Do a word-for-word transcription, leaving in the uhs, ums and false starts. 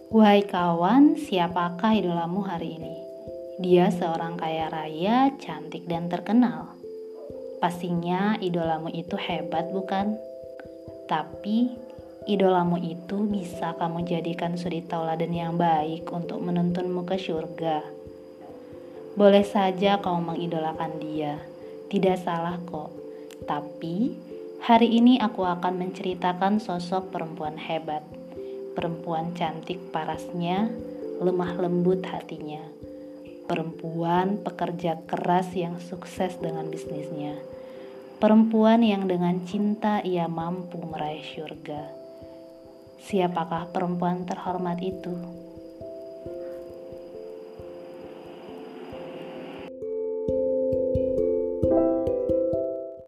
Wahai kawan, siapakah idolamu hari ini? Dia seorang kaya raya, cantik dan terkenal. Pastinya idolamu itu hebat, bukan? Tapi idolamu itu bisa kamu jadikan suri tauladan yang baik untuk menuntunmu ke surga. Boleh saja kamu mengidolakan dia, tidak salah kok. Tapi hari ini aku akan menceritakan sosok perempuan hebat. Perempuan cantik parasnya, lemah lembut hatinya. Perempuan pekerja keras yang sukses dengan bisnisnya. Perempuan yang dengan cinta ia mampu meraih surga. Siapakah perempuan terhormat itu?